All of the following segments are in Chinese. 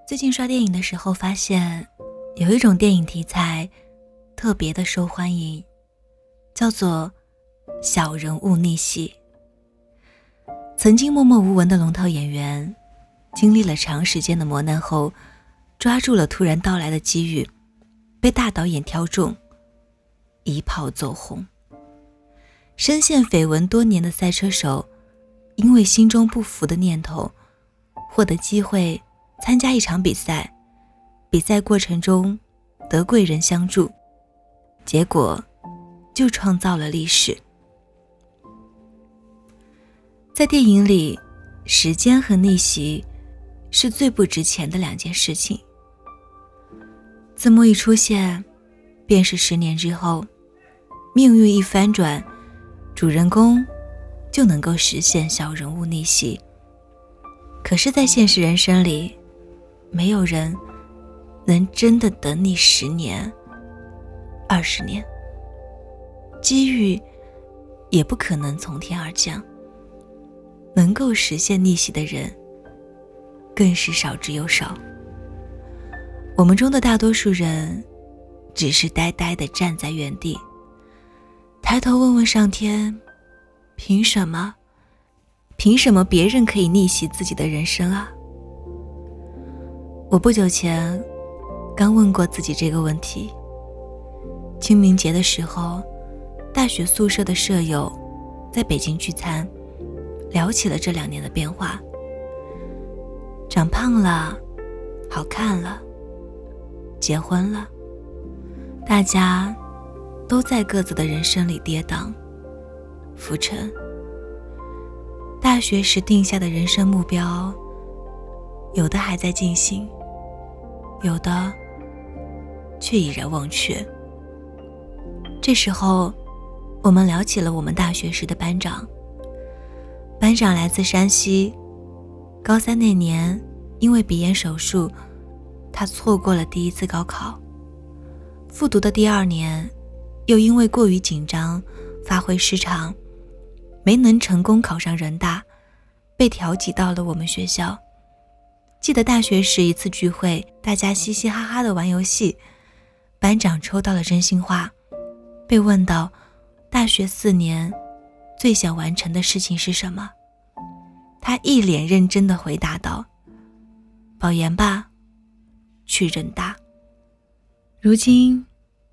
最近刷电影的时候发现，有一种电影题材特别的受欢迎，叫做小人物逆袭。曾经默默无闻的龙套演员，经历了长时间的磨难后，抓住了突然到来的机遇，被大导演挑中，一炮走红。深陷绯闻多年的赛车手，因为心中不服的念头，获得机会参加一场比赛，比赛过程中得贵人相助，结果就创造了历史。在电影里，时间和逆袭是最不值钱的两件事情。字幕一出现，便是10年之后，命运一翻转，主人公就能够实现小人物逆袭。可是在现实人生里，没有人能真的等你10年、20年，机遇也不可能从天而降。能够实现逆袭的人更是少之又少。我们中的大多数人只是呆呆地站在原地，抬头问问上天，凭什么别人可以逆袭自己的人生啊？我不久前刚问过自己这个问题。清明节的时候，大学宿舍的舍友在北京聚餐，聊起了这2年的变化。长胖了，好看了，结婚了，大家都在各自的人生里跌宕浮沉。大学时定下的人生目标，有的还在进行，有的却已然忘却。这时候我们聊起了我们大学时的班长。班长来自山西，高3那年因为鼻炎手术，他错过了第1次高考。复读的第2年，又因为过于紧张，发挥失常，没能成功考上人大，被调剂到了我们学校。记得大学时一次聚会，大家嘻嘻哈哈地玩游戏，班长抽到了真心话，被问到大学4年最想完成的事情是什么？他一脸认真地回答道：保研吧，去人大。如今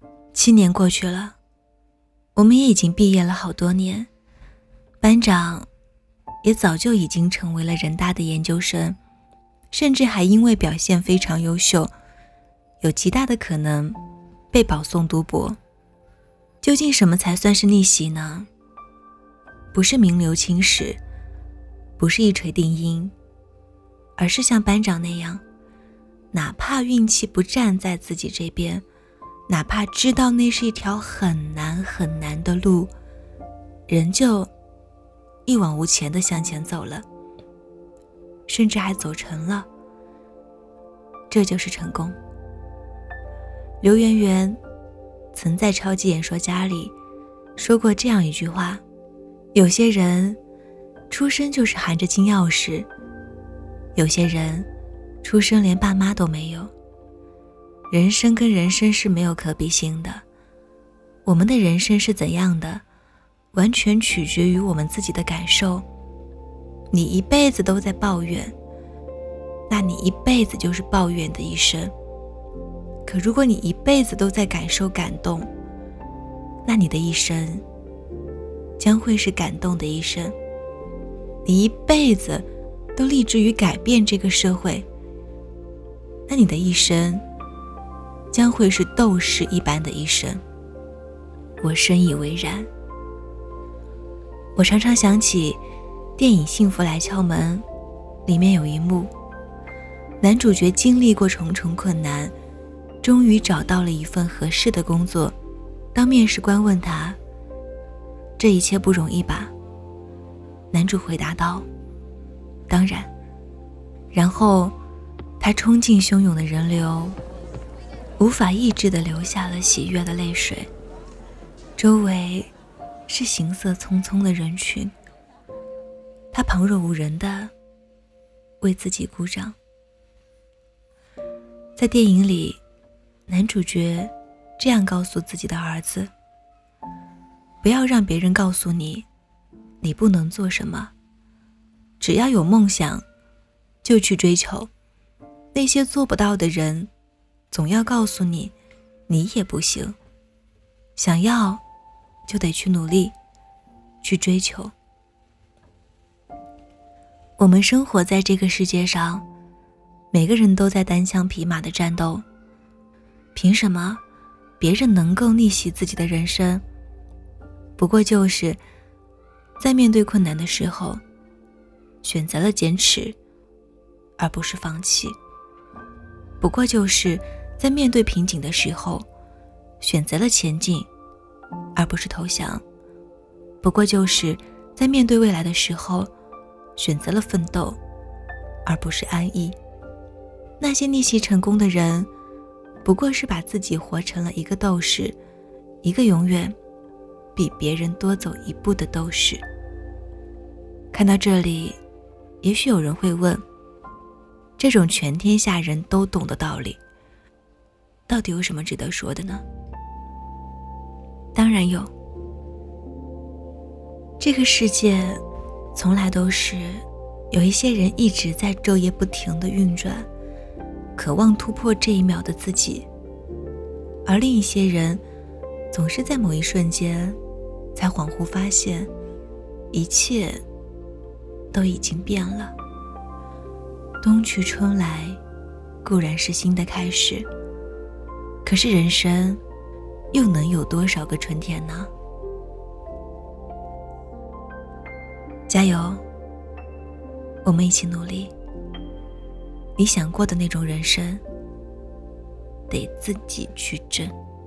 7年过去了，我们也已经毕业了好多年，班长也早就已经成为了人大的研究生，甚至还因为表现非常优秀，有极大的可能被保送读博。究竟什么才算是逆袭呢？不是名留青史，不是一锤定音，而是像班长那样，哪怕运气不站在自己这边，哪怕知道那是一条很难很难的路，人就一往无前地向前走了，甚至还走成了。这就是成功。刘媛媛曾在超级演说家里说过这样一句话：有些人出生就是含着金钥匙，有些人出生连爸妈都没有。人生跟人生是没有可比性的，我们的人生是怎样的，完全取决于我们自己的感受。你一辈子都在抱怨，那你一辈子就是抱怨的一生。可如果你一辈子都在感受感动，那你的一生将会是感动的一生。你一辈子都立志于改变这个社会，那你的一生将会是斗士一般的一生。我深以为然。我常常想起电影《幸福来敲门》里面有一幕，男主角经历过重重困难，终于找到了一份合适的工作。当面试官问他，这一切不容易吧？男主回答道，当然。然后他冲进汹涌的人流，无法抑制地流下了喜悦的泪水。周围是行色匆匆的人群，他旁若无人地为自己鼓掌。 在电影里，男主角这样告诉自己的儿子：不要让别人告诉你你不能做什么，只要有梦想就去追求，那些做不到的人总要告诉你你也不行，想要就得去努力去追求。我们生活在这个世界上，每个人都在单枪匹马的战斗，凭什么别人能够逆袭自己的人生？不过就是在面对困难的时候选择了坚持而不是放弃，不过就是在面对瓶颈的时候选择了前进而不是投降，不过就是在面对未来的时候选择了奋斗而不是安逸。那些逆袭成功的人不过是把自己活成了一个斗士，一个永远比别人多走一步的斗士。看到这里，也许有人会问，这种全天下人都懂的道理，到底有什么值得说的呢？当然有。这个世界从来都是有一些人一直在昼夜不停地运转，渴望突破这一秒的自己，而另一些人总是在某一瞬间才恍惚发现一切都已经变了。冬去春来固然是新的开始，可是人生又能有多少个春天呢？加油，我们一起努力。你想过的那种人生，得自己去争。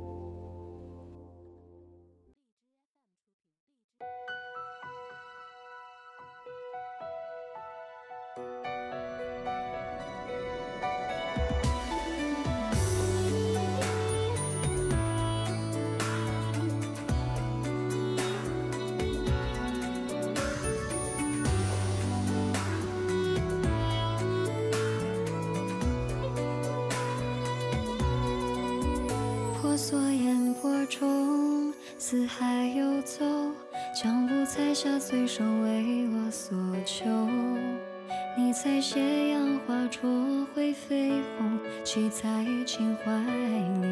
所烟波中，四海游走，将五彩霞随手为我所求。你在斜阳花灼灰绯红，骑在秦淮流。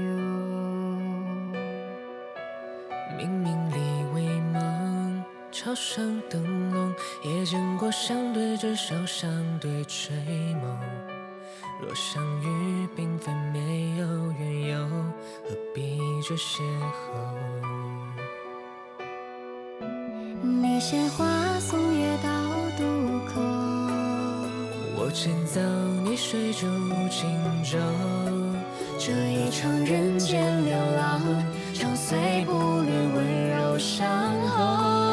明明里为梦，桥上灯笼，也见过相对，至少相对追梦。若相遇并非没有缘由，何必这邂逅？ 你献花送月到渡口， 我牵走你水中轻舟。 这一场人间流浪，长随步履温柔伤后。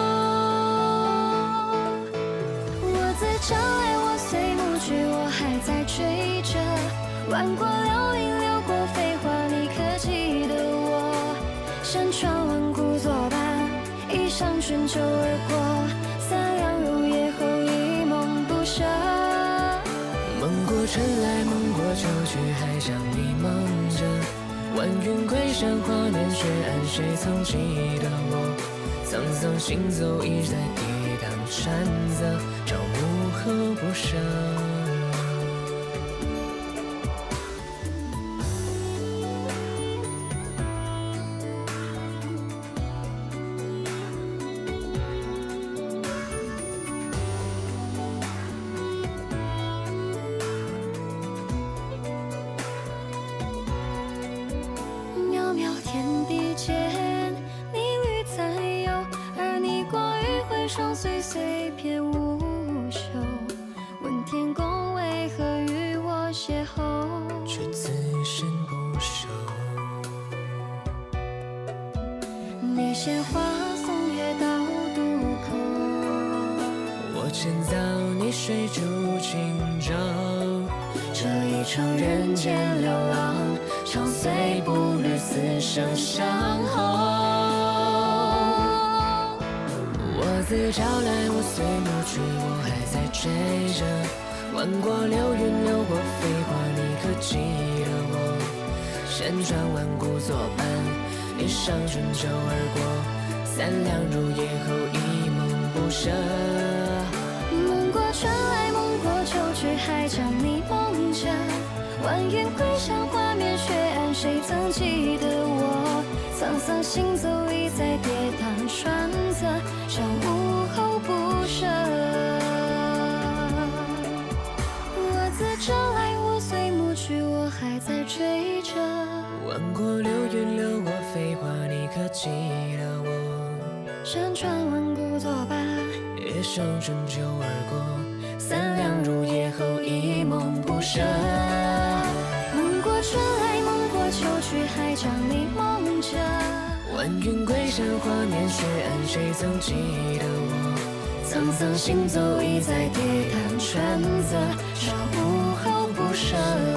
我自找来，我随暮去，我还在追着。玩过流萤，流过飞花，你可记得我？山川万古作伴，一场春秋而过，三两入夜后一梦不舍。 梦过春来，梦过秋去，还将你梦着。晚云归山，花面雪岸，谁曾记得我？沧桑行走，一再抵挡山泽，朝暮后不舍。 岁岁别无休，问天公为何与我邂逅， 却自身不熟。 你献花送月到渡口， 我牵走你水煮轻舟。 这一场人间流浪，长随步履，死生相候。 我自找来，我随暮去，我还在追着。 挽过流云，流过飞花，你可记得我？山川万古作伴，一上春秋而过，三两入夜后一梦不舍。 梦过春来，梦过秋去，还将你梦着。晚云归乡，画面雪暗，谁曾记得我？沧桑行走，一再跌宕穿刺，朝午后不舍。我自找来，我随暮去，我还在追着。 挽过流云，流过飞花，你可记得我？ 山川万古作伴， 一生春秋而过，三两入夜后一梦不舍。 梦过春来，梦过秋去，还将你梦着。 晚云归山，画面雪暗，谁曾记得我？沧桑行走，一再跌宕穿刺，朝午后不舍。